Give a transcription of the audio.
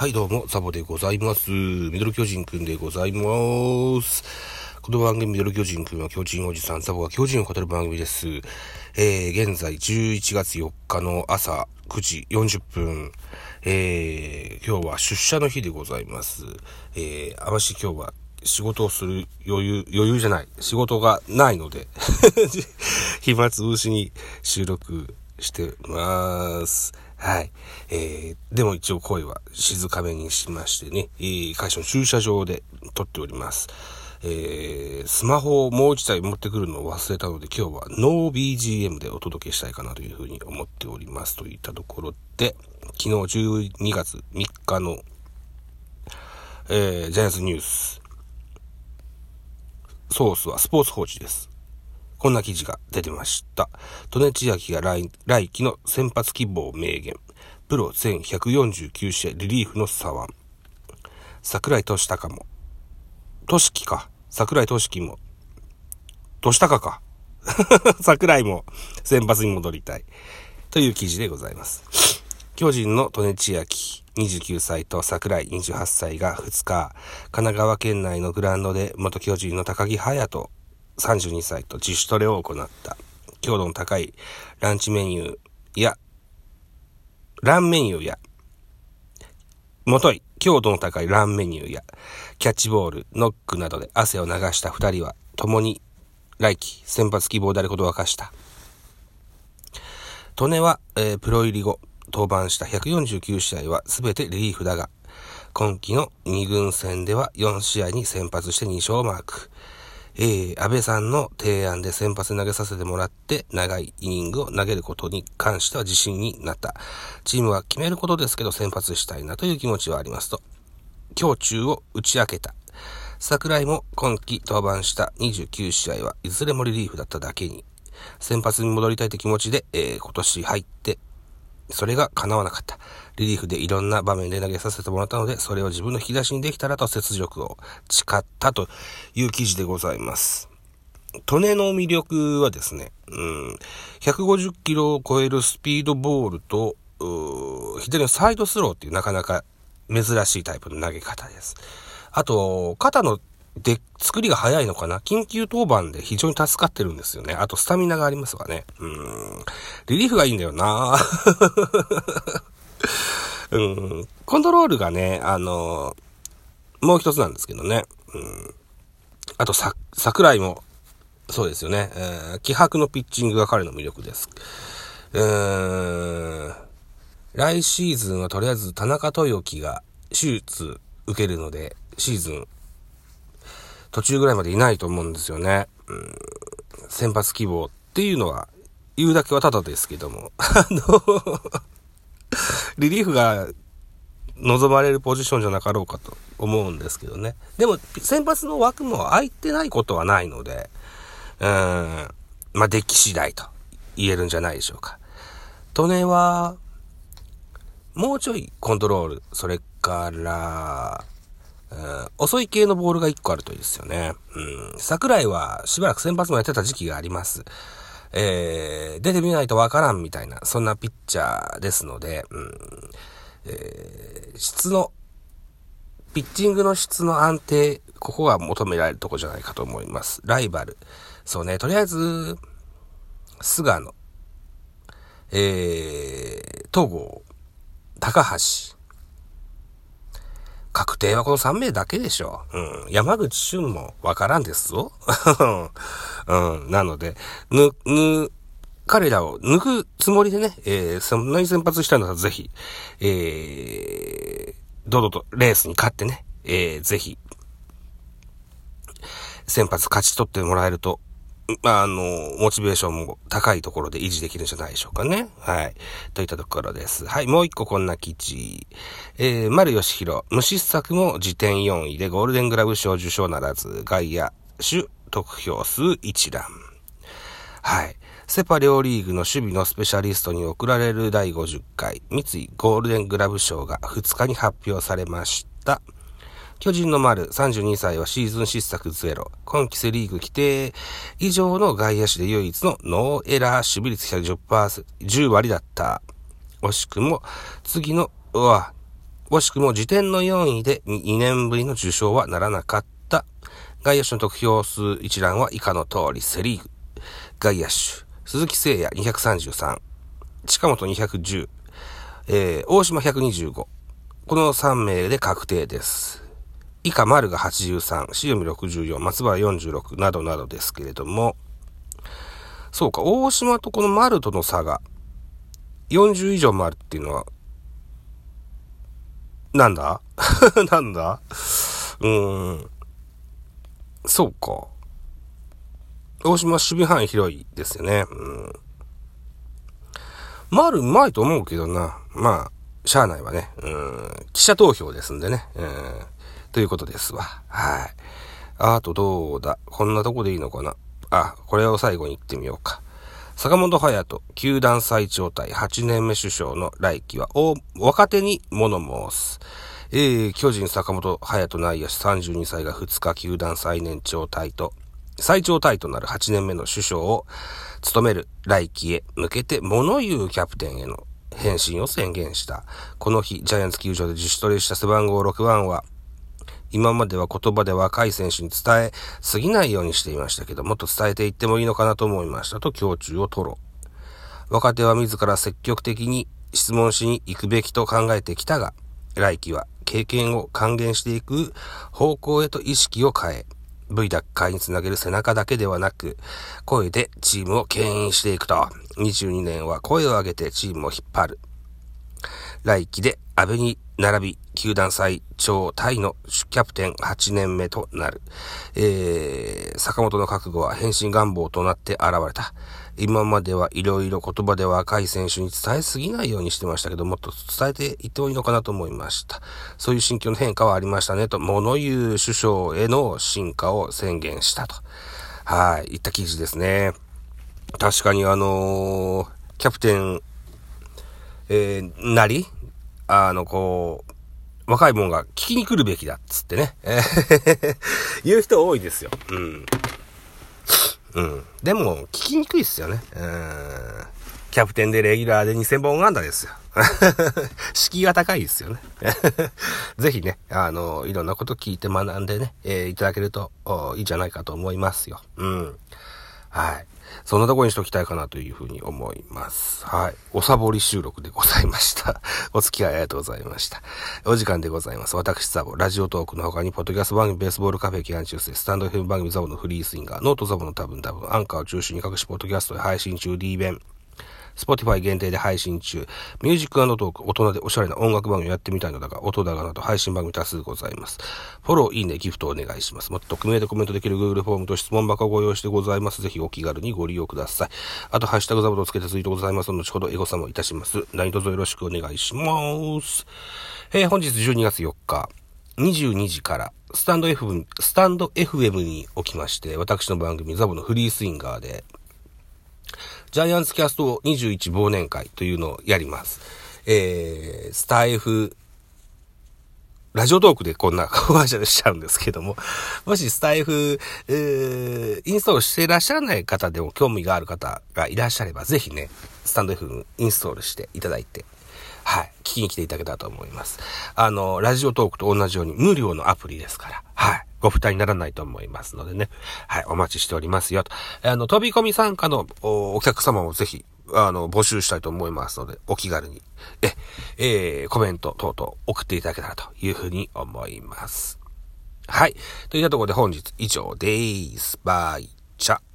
はいどうも、ザボでございます。ミドル巨人くんでございます。この番組ミドル巨人くんは巨人おじさん、ザボが巨人を語る番組です。現在11月4日の朝9時40分。今日は出社の日でございます。あまし今日は仕事をする余裕じゃない。仕事がないので、暇つぶしに収録してます。はい。でも一応声は静かめにしましてね、会社の駐車場で撮っております。スマホをもう一台持ってくるのを忘れたので、今日はノー BGM でお届けしたいかなというふうに思っておりますといったところで、昨日12月3日の、ジャイアンツニュース。ソースはスポーツ報知です。こんな記事が出てました。戸根千秋が来季の先発希望を明言。プロ全149試合リリーフの左腕。櫻井俊孝も。櫻井俊樹も。俊孝か。櫻井も先発に戻りたい。という記事でございます。巨人の戸根千秋29歳と櫻井28歳が2日、神奈川県内のグラウンドで元巨人の高木隼人32歳と自主トレを行った。強度の高いランメニューや、強度の高いランメニューや、キャッチボール、ノックなどで汗を流した2人は、共に来季先発希望であることを明かした。利根は、プロ入り後、登板した149試合は全てリリーフだが、今季の2軍戦では4試合に先発して2勝をマーク。安倍さんの提案で先発投げさせてもらって長いイニングを投げることに関しては自信になった。チームは決めることですけど先発したいなという気持ちはありますと。胸中を打ち明けた。櫻井も今季登板した29試合はいずれもリリーフだっただけに、先発に戻りたいという気持ちで、今年入って、それが叶わなかった。リリーフでいろんな場面で投げさせてもらったので、それを自分の引き出しにできたらと雪辱を誓ったという記事でございます。利根の魅力はですね、150キロを超えるスピードボールと、左のサイドスローっていうなかなか珍しいタイプの投げ方です。あと、肩の作りが早いのかな、緊急登板で非常に助かってるんですよね。あとスタミナがありますわね。リリーフがいいんだよなコントロールがね、もう一つなんですけどね。あと櫻井も、そうですよね。気迫のピッチングが彼の魅力です。来シーズンはとりあえず田中豊樹が手術受けるので、シーズン途中ぐらいまでいないと思うんですよね。先発希望っていうのは言うだけはただですけども、リリーフが望まれるポジションじゃなかろうかと思うんですけどね。でも先発の枠も空いてないことはないので、出来次第と言えるんじゃないでしょうか。利根はもうちょいコントロール、それから遅い系のボールが1個あるといいですよね。櫻井はしばらく先発もやってた時期があります。出てみないとわからんみたいな、そんなピッチャーですので、ピッチングの質の安定、ここが求められるところじゃないかと思います。ライバル。そうね、とりあえず、菅野、戸郷、高橋、確定はこの3名だけでしょ。山口俊もわからんですぞ。なので、彼らを抜くつもりでね、そんなに先発したのはぜひ、堂々とレースに勝ってね、ぜひ、先発勝ち取ってもらえると、モチベーションも高いところで維持できるんじゃないでしょうかね。はい。といったところです。はい。もう一個こんな記事。丸義弘、無失策も次点4位でゴールデングラブ賞受賞ならず、外野手得票数一覧。はい。セパ両リーグの守備のスペシャリストに贈られる第50回三井ゴールデングラブ賞が2日に発表されました。巨人の丸32歳はシーズン失策ゼロ。今季セリーグ規定以上の外野手で唯一のノーエラー守備率 10% 10割だった。惜しくも次の惜しくも次点の4位で2年ぶりの受賞はならなかった。外野手の得票数一覧は以下の通り。セリーグ。外野手。鈴木誠也233。近本210。大島125。この3名で確定です。以下丸が83。塩見64。松原46。などなどですけれども。そうか、大島とこの丸との差が40以上もあるっていうのは、なんだなんだそうか。大島守備範囲広いですよね。丸うまいと思うけどな。まあ、しゃあないわね。記者投票ですんでね。ということですわ。はい。あとどうだ。こんなとこでいいのかな。これを最後に言ってみようか。坂本勇人、球団最長タイ8年目首相の来季は若手に物申す。巨人坂本勇人内野手32歳が2日球団最長タイとなる8年目の首相を務める来季へ向けて物言うキャプテンへの返信を宣言した。この日、ジャイアンツ球場で自主トレした背番号6番は、今までは言葉で若い選手に伝えすぎないようにしていましたけど、もっと伝えていってもいいのかなと思いましたと胸中を吐露。若手は自ら積極的に質問しに行くべきと考えてきたが、来季は経験を還元していく方向へと意識を変え、V奪回につなげる背中だけではなく、声でチームを牽引していくと、22年は声を上げてチームを引っ張る。来季で阿部に並び、球団最長タイのキャプテン8年目となる。坂本の覚悟は返信願望となって現れた。今まではいろいろ言葉で若い選手に伝えすぎないようにしてましたけど、もっと伝えていってもいいのかなと思いました。そういう心境の変化はありましたねと、物言う首相への進化を宣言したと。いった記事ですね。確かにキャプテン、若いもんが聞きに来るべきだっつってね。言う人多いですよ。でも、聞きにくいっすよね。キャプテンでレギュラーで2000本安打ですよ。敷居が高いですよね。ぜひね、いろんなこと聞いて学んでね、いただけるといいんじゃないかと思いますよ。はい。そんなところにしときたいかなというふうに思います。はい。おサボり収録でございました。お付き合いありがとうございました。お時間でございます。私ザボ、ラジオトークの他に、ポッドキャスト番組、ベースボールカフェ期間中世、スタンド FM 番組ザボのフリースインガー、ノートザボの多分、アンカーを中心に各種ポッドキャストで配信中、D 弁。Spotify 限定で配信中。ミュージック&トーク、大人でおしゃれな音楽番組をやってみたいのだが、音だがなど配信番組多数ございます。フォロー、いいね、ギフトお願いします。もっと匿名でコメントできる Google フォームと質問箱をご用意してございます。ぜひお気軽にご利用ください。あと、ハッシュタグザボとつけてツイートございますので、後ほどエゴサもいたします。何卒よろしくお願いします。本日12月4日、22時から、スタンド FM におきまして、私の番組ザボのフリースインガーで、ジャイアンツキャスト21忘年会というのをやります。スタイフ、ラジオトークでこんなコマーシャルしちゃうんですけども、もしスタイフ、インストールしていらっしゃらない方でも興味がある方がいらっしゃれば、ぜひね、スタンド F インストールしていただいて、聞きに来ていただけたらと思います。ラジオトークと同じように無料のアプリですから、ご負担にならないと思いますのでね。お待ちしておりますよと。飛び込み参加のお客様もぜひ、募集したいと思いますので、お気軽に、コメント等々送っていただけたらというふうに思います。といったところで本日以上です。バイチャ。